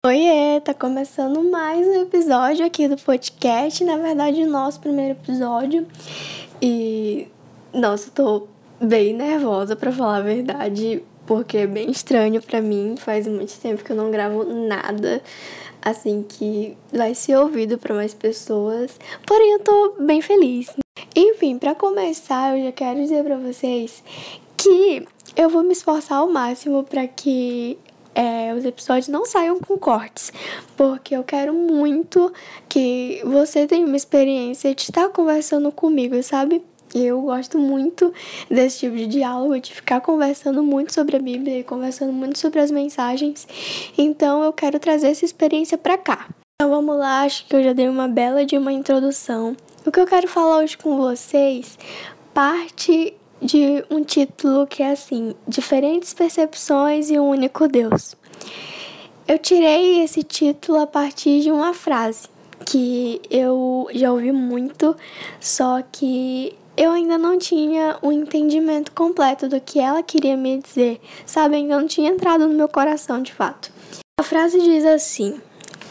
Oiê, tá começando mais um episódio aqui do podcast, na verdade o nosso primeiro episódio. E, nossa, eu tô bem nervosa pra falar a verdade, porque é bem estranho pra mim, faz muito tempo que eu não gravo nada, assim que vai ser ouvido pra mais pessoas, porém eu tô bem feliz. Enfim, pra começar, eu já quero dizer pra vocês que eu vou me esforçar ao máximo pra que os episódios não saiam com cortes, porque eu quero muito que você tenha uma experiência de estar conversando comigo, sabe? Eu gosto muito desse tipo de diálogo, de ficar conversando muito sobre a Bíblia e conversando muito sobre as mensagens, então eu quero trazer essa experiência pra cá. Então vamos lá, acho que eu já dei uma bela de uma introdução. O que eu quero falar hoje com vocês parte de um título que é assim, Diferentes Percepções e um Único Deus. Eu tirei esse título a partir de uma frase que eu já ouvi muito, só que eu ainda não tinha um entendimento completo do que ela queria me dizer, sabe? Ainda não tinha entrado no meu coração de fato. A frase diz assim: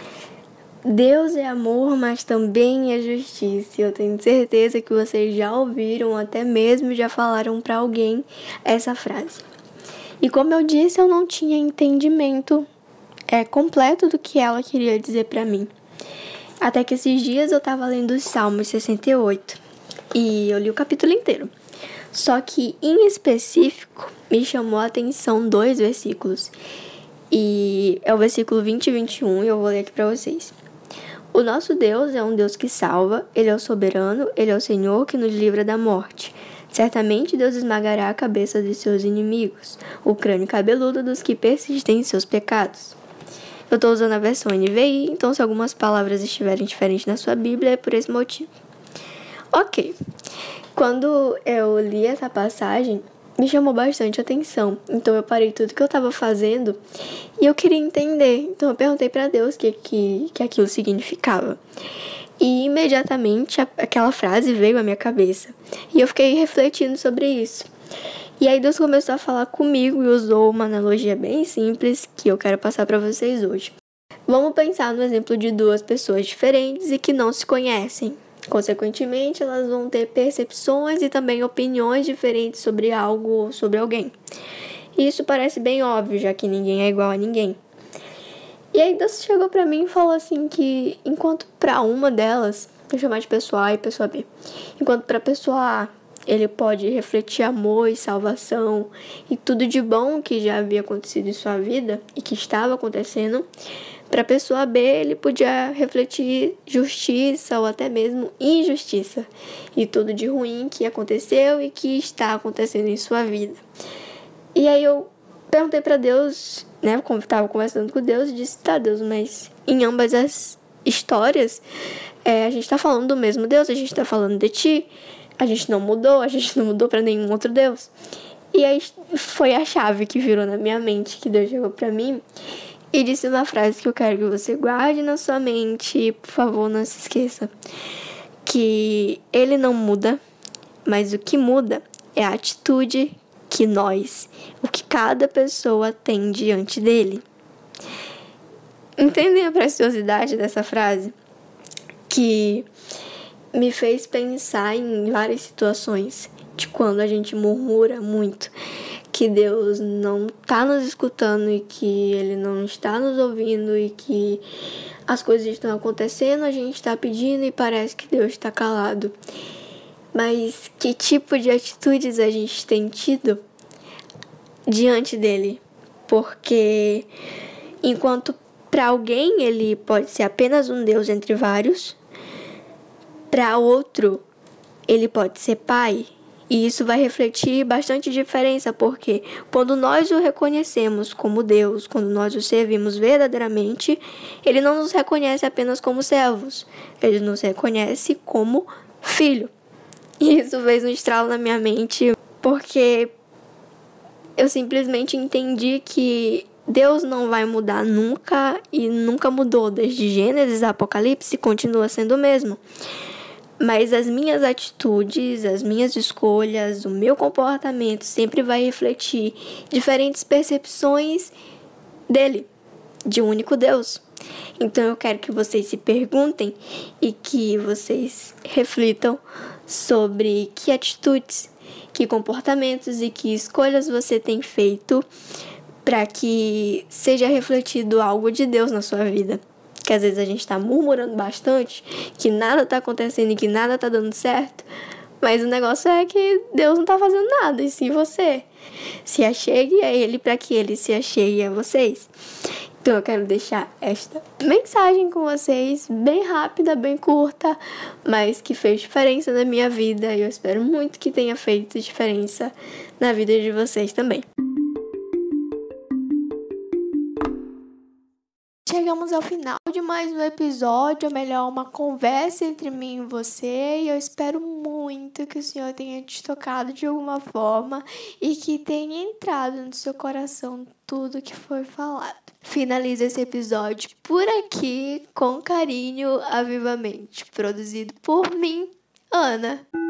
Deus é amor, mas também é justiça. Eu tenho certeza que vocês já ouviram, até mesmo já falaram para alguém essa frase. E como eu disse, eu não tinha entendimento completo do que ela queria dizer para mim. Até que esses dias eu estava lendo os Salmos 68 e eu li o capítulo inteiro. Só que, em específico, me chamou a atenção 2 versículos. E é o versículo 20 e 21 e eu vou ler aqui para vocês. O nosso Deus é um Deus que salva, Ele é o soberano, Ele é o Senhor que nos livra da morte. Certamente Deus esmagará a cabeça de seus inimigos, o crânio cabeludo dos que persistem em seus pecados. Eu estou usando a versão NVI, então se algumas palavras estiverem diferentes na sua Bíblia é por esse motivo. Ok, quando eu li essa passagem, me chamou bastante atenção, então eu parei tudo que eu estava fazendo e eu queria entender, então eu perguntei para Deus o que aquilo significava. E imediatamente aquela frase veio à minha cabeça e eu fiquei refletindo sobre isso. E aí Deus começou a falar comigo e usou uma analogia bem simples que eu quero passar para vocês hoje. Vamos pensar no exemplo de 2 pessoas diferentes e que não se conhecem. Consequentemente, elas vão ter percepções e também opiniões diferentes sobre algo ou sobre alguém. E isso parece bem óbvio, já que ninguém é igual a ninguém. E aí Deus chegou pra mim e falou assim que, enquanto pra uma delas, vou chamar de pessoa A e pessoa B, enquanto pra pessoa A, ele pode refletir amor e salvação e tudo de bom que já havia acontecido em sua vida e que estava acontecendo, para a pessoa B, ele podia refletir justiça ou até mesmo injustiça e tudo de ruim que aconteceu e que está acontecendo em sua vida. E aí eu perguntei para Deus, né, como estava conversando com Deus, e disse: tá, Deus, mas em ambas as histórias a gente está falando do mesmo Deus, a gente está falando de ti, a gente não mudou para nenhum outro Deus. E aí foi a chave que virou na minha mente, que Deus chegou para mim e disse uma frase que eu quero que você guarde na sua mente e, por favor, não se esqueça. Que ele não muda, mas o que muda é a atitude que o que cada pessoa tem diante dele. Entendem a preciosidade dessa frase? Que me fez pensar em várias situações de quando a gente murmura muito, que Deus não está nos escutando e que Ele não está nos ouvindo e que as coisas estão acontecendo, a gente está pedindo e parece que Deus está calado. Mas que tipo de atitudes a gente tem tido diante dele? Porque enquanto para alguém Ele pode ser apenas um Deus entre vários, para outro Ele pode ser Pai. E isso vai refletir bastante diferença, porque quando nós o reconhecemos como Deus, quando nós o servimos verdadeiramente, Ele não nos reconhece apenas como servos, Ele nos reconhece como filho. E isso fez um estralo na minha mente, porque eu simplesmente entendi que Deus não vai mudar nunca e nunca mudou, desde Gênesis a Apocalipse, continua sendo o mesmo. Mas as minhas atitudes, as minhas escolhas, o meu comportamento sempre vai refletir diferentes percepções dele, de um único Deus. Então eu quero que vocês se perguntem e que vocês reflitam sobre que atitudes, que comportamentos e que escolhas você tem feito para que seja refletido algo de Deus na sua vida. Que às vezes a gente está murmurando bastante, que nada está acontecendo e que nada está dando certo, mas o negócio é que Deus não está fazendo nada, e sim você. Se achegue a Ele para que Ele se achegue a vocês. Então eu quero deixar esta mensagem com vocês, bem rápida, bem curta, mas que fez diferença na minha vida e eu espero muito que tenha feito diferença na vida de vocês também. Chegamos ao final de mais um episódio, ou melhor, uma conversa entre mim e você, e eu espero muito que o Senhor tenha te tocado de alguma forma e que tenha entrado no seu coração tudo que foi falado. Finalizo esse episódio por aqui com carinho, avivamente, produzido por mim, Ana.